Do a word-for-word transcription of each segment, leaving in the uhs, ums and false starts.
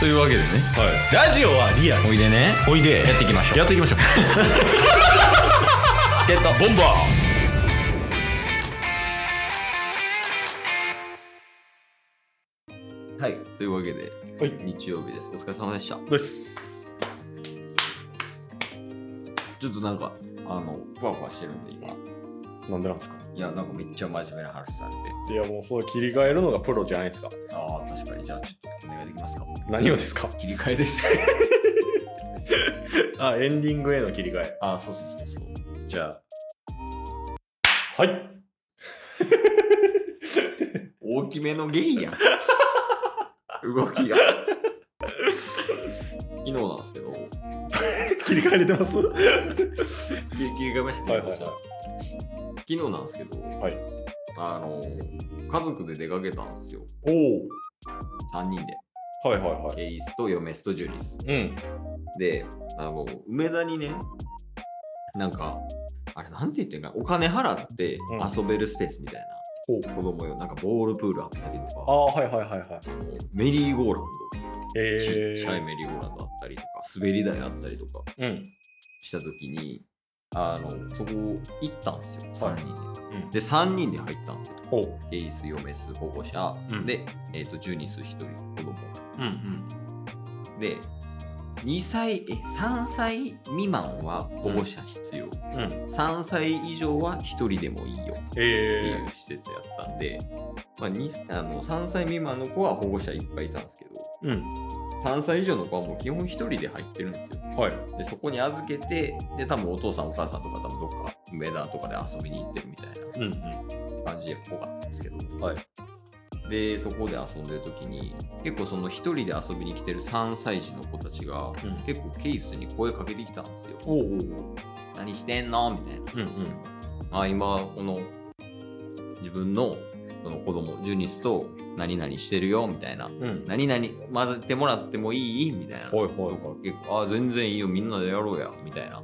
というわけでね、 はい、ラジオはリアル。 おいでね、 おいでやっていきましょう。 やっていきましょうチケットボンバー。はい、というわけで、 はい、 日曜日です。お疲れ様でした。 です。 ちょっとなんかあのふわふわしてるんで今。 なんでなんですか？ いや、なんかめっちゃ真面目な話されて。 いや、もうそう切り替えるのがプロじゃないですか。 ああ、確かに。じゃあちょっとお願いできますか？ 何をですか？ 切り替えです。 あ、エンディングへの切り替え。 あ、そうそうそうそう。 じゃあ、はい。 大きめのゲイやん。動きが。昨日なんですけど。 切り替えれてます？ 切り替えました。 はいはいはい。 昨日なんですけど、 はい、 あのー、家族で出かけたんですよ。 おお。 さんにんで。 はいはいはい。 ケイスとヨメスとジュリス。 うん。 で、あの、梅田にね、なんか、あれなんて言ってんか、お金払って遊べるスペースみたいな。うん、子供よ、なんかボールプールあったりとか。 ああ、はいはいはいはい。 あのメリーゴーランド。 えー、 ちっちゃいメリーゴーランドあったりとか、滑り台あったりとか、うん、したときに、あの、そこ行ったんですよ、さんにんで。うん、で、さんにんで入ったんですよ。ケイス、ヨメス、保護者、うん、で、えっと、ジュニスひとり、子供。うんうん、で、にさい、え、さんさい未満は保護者必要。うん、さんさい以上はひとりでもいいよっていう施設やったんで、まあ、にあのさんさい未満の子は保護者いっぱいいたんですけど、うん、さんさい以上の子はもう基本ひとりで入ってるんですよ。はい、でそこに預けて、で多分お父さんお母さんとか多分どっか梅田とかで遊びに行ってるみたいな感じでっぽかったんですけど、はい、でそこで遊んでる時に結構そのひとりで遊びに来てるさんさい児の子たちが、うん、結構ケイスに声かけてきたんですよ。おうおう、何してんのみたいな。うんうん、あ、今この自分のその子供ジュニスと何々してるよみたいな、うん、何々混ぜてもらってもいいみたいな、はいはい、とか結構、あ、全然いいよみんなでやろうやみたいな、うん、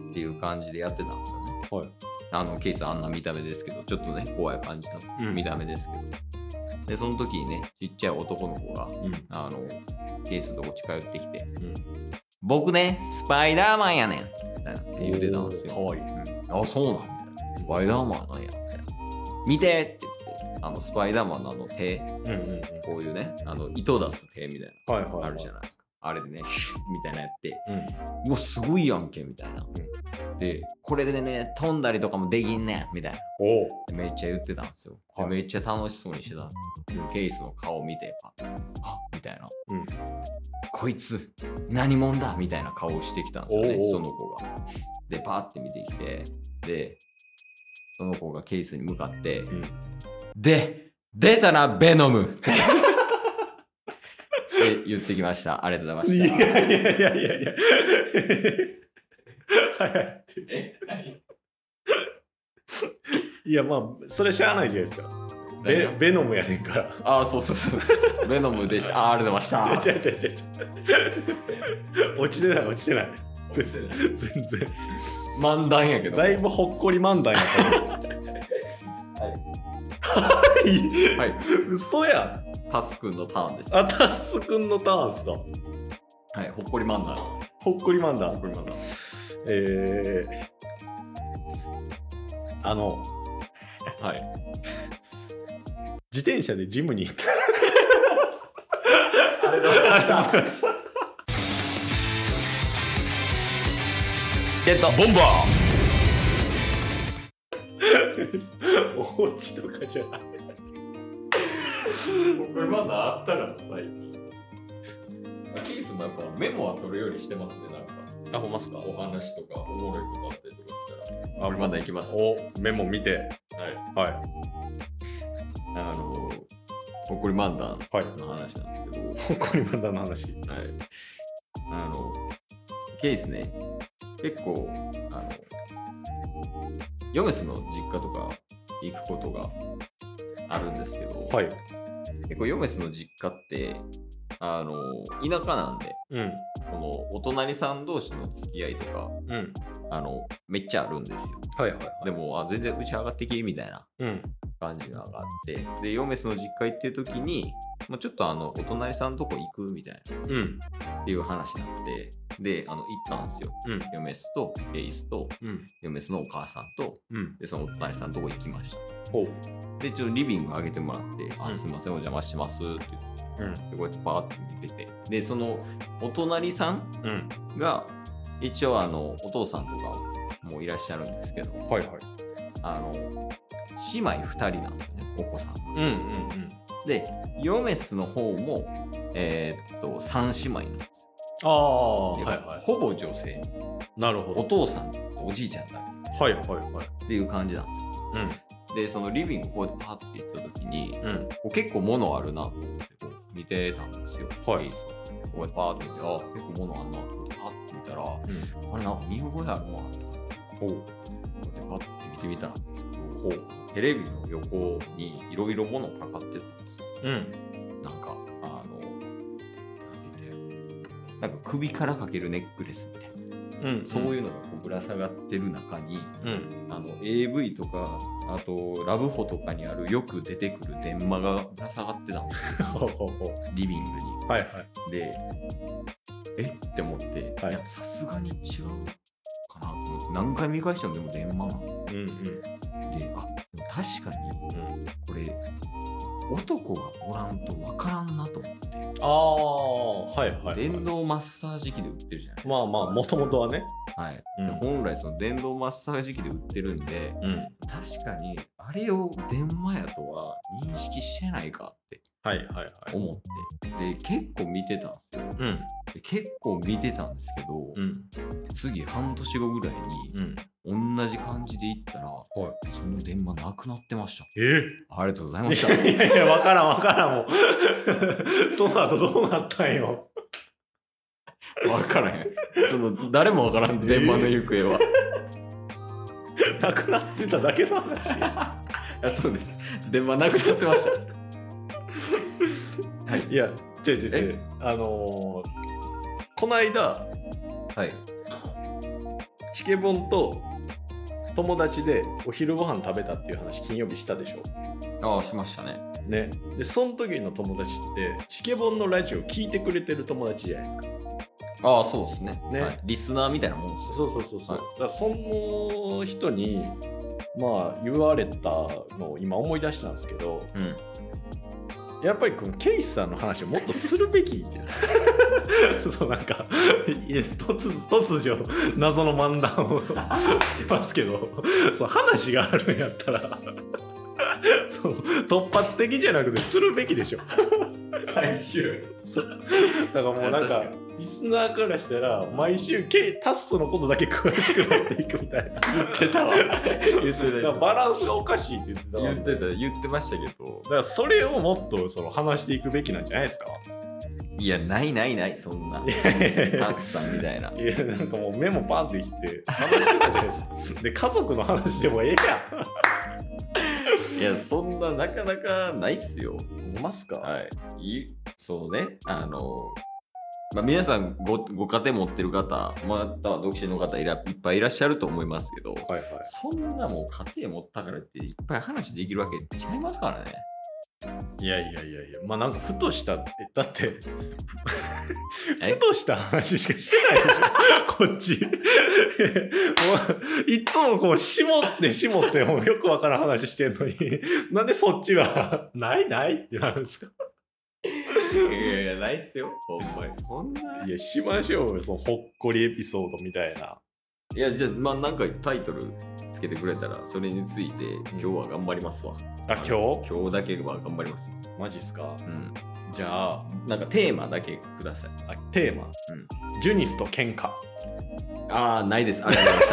っていう感じでやってたんですよね。はい、あのケイスあんな見た目ですけど、ちょっとね怖い感じの見た目ですけど、うん、でその時にねちっちゃい男の子が、うん、あのケイスのとこ近寄ってきて、うん、僕ねスパイダーマンやねんみたいなって言ってたんですよ。かわいい、うん、あ、そうなんみたいな、スパイダーマンなんやみたいな、見てってあのスパイダーマンのあの手、うんうんうん、こういうね、あの糸出す手みたいな、はいはいはい、あるじゃないですか。あれでね、シュッみたいなやって、うん、もうすごいやんけみたいな、うん。で、これでね、飛んだりとかもできんねんみたいな。おめっちゃ言ってたんですよ。はい、めっちゃ楽しそうにしてたんですよ。ケイスの顔見て、はっみたいな、うん。こいつ、何者だみたいな顔をしてきたんですよね、その子が。で、パーって見てきて、で、その子がケイスに向かって、うん、で、出たな、ベノムって言ってきました。ありがとうございました。いやいやいやいやいや。 早いって。え、何？いや、まあ、それしゃあないじゃないですか。ベ、ベノムやねんから。 ああ、そうそうそう。ベノムでした。ああ、ありがとうございました。 違う違う違う違う。落ちてない、落ちてない。全然。全然。 漫談やけど。 だいぶほっこり漫談やから。はい、はい、嘘やん。 タスくんのターンです。 あ、タスくんのターンですか。 はい、ほっこり漫談。 ほっこり漫談。 ほっこり漫談。 えー、あの、 はい。 自転車でジムに行った。 ありがとうございました。ゲットボンバー。 お家とかじゃない。 これまだあったら最近。ケースもやっぱメモは取るようにしてますね、なんか。 あ、ほんますか？ お話とかおもろいことあったりとかしたら。あ、これまだいきます。 お、メモ見て。はい。はい。 あの、ほっこり漫談の話なんですけど。 ほっこり漫談の話。はい。 あの、ケースね、結構、あの、ヨメスの実家とか行くことがあるんですけど、はい、結構ヨメスの実家ってあの田舎なんで、うん、このお隣さん同士の付き合いとか、うん、あのめっちゃあるんですよ。はいはいはい、でもあ全然うち上がってきみたいな感じがあって、でヨメスの実家行ってる時にまあ、ちょっとあのお隣さんのとこ行くみたいな、うん、っていう話になってであの行ったんですよ、うん、嫁すとエイスと、うん、嫁すのお母さんと、うん、でそのお隣さんのとこ行きました。でちょっとリビング上げてもらって「うん、あすいませんお邪魔してます」って言って、うん、でこうやってパーって見ててでそのお隣さんが、うん、一応あのお父さんとかもいらっしゃるんですけど、はいはい、あの姉妹ふたりなんですよねお子さん、うんうんうん、でヨメスの方もえー、っとさん姉妹なんですよ。ああ、はいはい、ほぼ女性。なるほど。お父さんおじいちゃんだけ、はいはいはい、っていう感じなんですよ、うん、でそのリビングこうやってパッて行った時に、うん、こう結構物あるなと思ってこう見てたんですよ。はい。こうやってパーって見てあ結構物あるなと思ってパッて見たら、うん、あれなんか見覚えあるわとほうこうやってパッて見てみたらんですけどほうテレビの横にいろいろ物かかってたんですよ、うん、なんかあのなんて言ってなんか首からかけるネックレスみたいな、うん、そういうのがこうぶら下がってる中に、うん、あの エーブイ とかあとラブホとかにあるよく出てくる電話がぶら下がってたんですよリビングに、はいはい、でえって思って、はい、いやさすがに違うかなと思って何回見返してもでも電話なの、うんうん、であ確かに、うん、これ男がおらんと分からんなと思って。ああ、はいはい、はい、電動マッサージ機で売ってるじゃないですか。まあまあもともとはね、はい、うん、本来その電動マッサージ機で売ってるんで、うん、確かにあれを電話やとは認識してないかって思って、はいはいはい、で結構見てたんですよ、うん、で結構見てたんですけど、うん、次半年後ぐらいに、うん、同じ感じで行ったら、はい、その電話なくなってました。えありがとうございました。いやいや、わからんわからんもう。その後どうなったんよ。わからへん。その誰もわからん電話の行方は。なくなってただけの話。いやそうです。電話なくなってました。はい。いや、違う違う違う。あのー、この間、はい。チケボンと友達でお昼ご飯食べたっていう話金曜日したでしょ。ああしましたね。ね。でその時の友達ってチケボンのラジオ聞いてくれてる友達じゃないですか。ああそうですね。ね、はい、リスナーみたいなもんですよ。そうそうそうそう。はい、だからその人にまあ言われたのを今思い出したんですけど、うん、やっぱりこのケイスさんの話をもっとするべきじゃない。そうなんか突突如謎の漫談をしてますけどそう話があるんやったらそう突発的じゃなくてするべきでしょ。毎週そうだからもうなんかリスナーからしたら毎週タッソのことだけ詳しくなっていくみたいな言ってたわ言ってたバランスがおかしいって言ってたわ言ってた言ってましたけどだからそれをもっとその話していくべきなんじゃないですか。いやないないないそんなタッさんみたいな。いやなんかもう目もパンってきて話してたじゃないですか。で家族の話でもええやん。いやそんななかなかないっすよ。いますか。はいいそうねあのまあ、皆さん ご, ご家庭持ってる方または独身の方い, らいっぱいいらっしゃると思いますけど、はいはい、そんなもう家庭持ったからっていっぱい話できるわけ違いますからね。いやいやいやいやまあなんかふとしただってふとした話しかしてないでしょこっちもういつもこう絞って絞ってもうよくわからん話してんのになんでそっちはないないってなるんですか。いやいやないっすよほんまにそんないやしましょうよそのほっこりエピソードみたいな。いやじゃあまあなんかタイトルつけてくれたらそれについて今日は頑張りますわ、うん、あ今日今日だけは頑張ります。マジっすか。うんじゃあなんかテーマだけください。あテーマ、うん、ジュニスと喧嘩。ああないですありがとうございま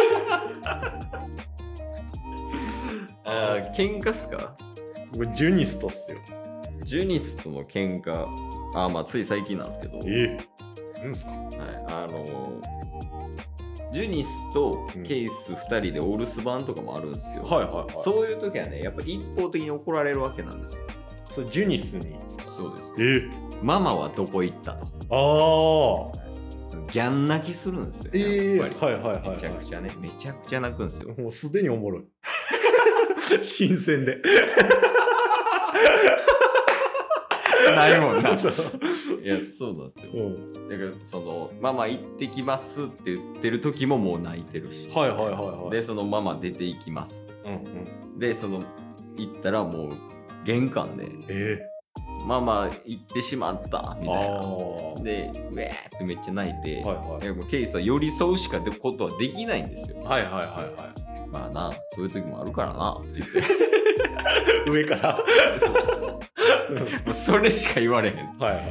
したあ喧嘩っすか。ジュニスとっすよ。ジュニスとの喧嘩あまあつい最近なんですけどえなんですか。はいあのージュニスとケイスふたりでお留守番とかもあるんですよ、うん、はいはいはい。そういう時はねやっぱ一方的に怒られるわけなんですよ。それジュニスにですか。そうです。えママはどこ行ったと。ああギャン泣きするんですよ、ね、えやっぱり、はいはいはいはい、めちゃくちゃねめちゃくちゃ泣くんですよ。もうすでにおもろい新鮮でないもんな。いや、そうなんですよ。うん、だから、その、ママ行ってきますって言ってる時ももう泣いてるし。 はいはいはいはい。 で、そのママ出て行きます。うんうん、で、その、行ったらもう、玄関で、えーママ行ってしまったみたいなでうえーってめっちゃ泣いて、はいはい、でもケイスは寄り添うしかってことはできないんですよ。 はいはいはいはい。 まあな、そういう時もあるからなって言って上からそうそうもうそれしか言われへん。 はいはい。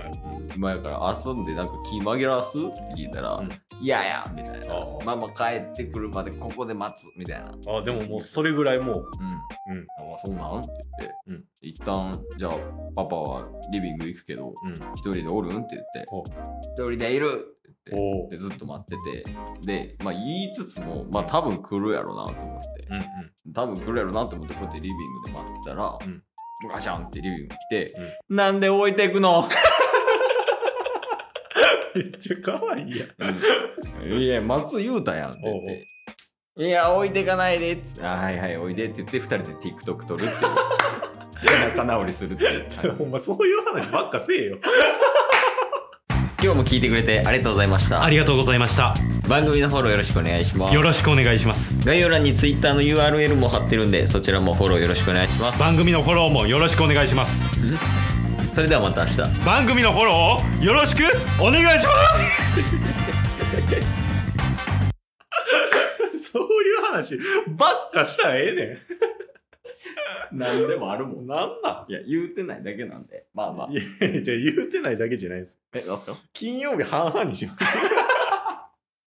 前から遊んでなんか気紛らわすって聞いたら、うん、いやいやみたいな、ママ帰ってくるまでここで待つみたいな。 あでももうそれぐらいもううんうん、あそうなんって言って、うん、一旦じゃあパパはリビング行くけど、うん、一人でおるんって言って一人でいるって言ってでずっと待っててでまあ言いつつもまあ多分来るやろなと思って、うんうん、多分来るやろなと思ってこうやってリビングで待ってたら、うん、ガシャンってリビング来て、うん、なんで置いていくのめっちゃ可愛いやん、うん、いや松言うたやんって言っていや置いてかないでっつってあはいはいおいでって言ってふたりで TikTok 撮るっていう仲直りするっていうほんまそういう話ばっかせえよ今日も聞いてくれてありがとうございました。 ありがとうございました。 番組のフォローよろしくお願いします。 よろしくお願いします。 概要欄に Twitter の ユーアールエル も貼ってるんでそちらもフォローよろしくお願いします。 番組のフォローもよろしくお願いしますそれではまた明日番組のフォローをよろしくお願いしますそういう話ばっかしたらええねん何でもあるもん。 なんなんいや言うてないだけなんでまあまあいやじゃあ言うてないだけじゃないです。 えなんすか金曜日半々にします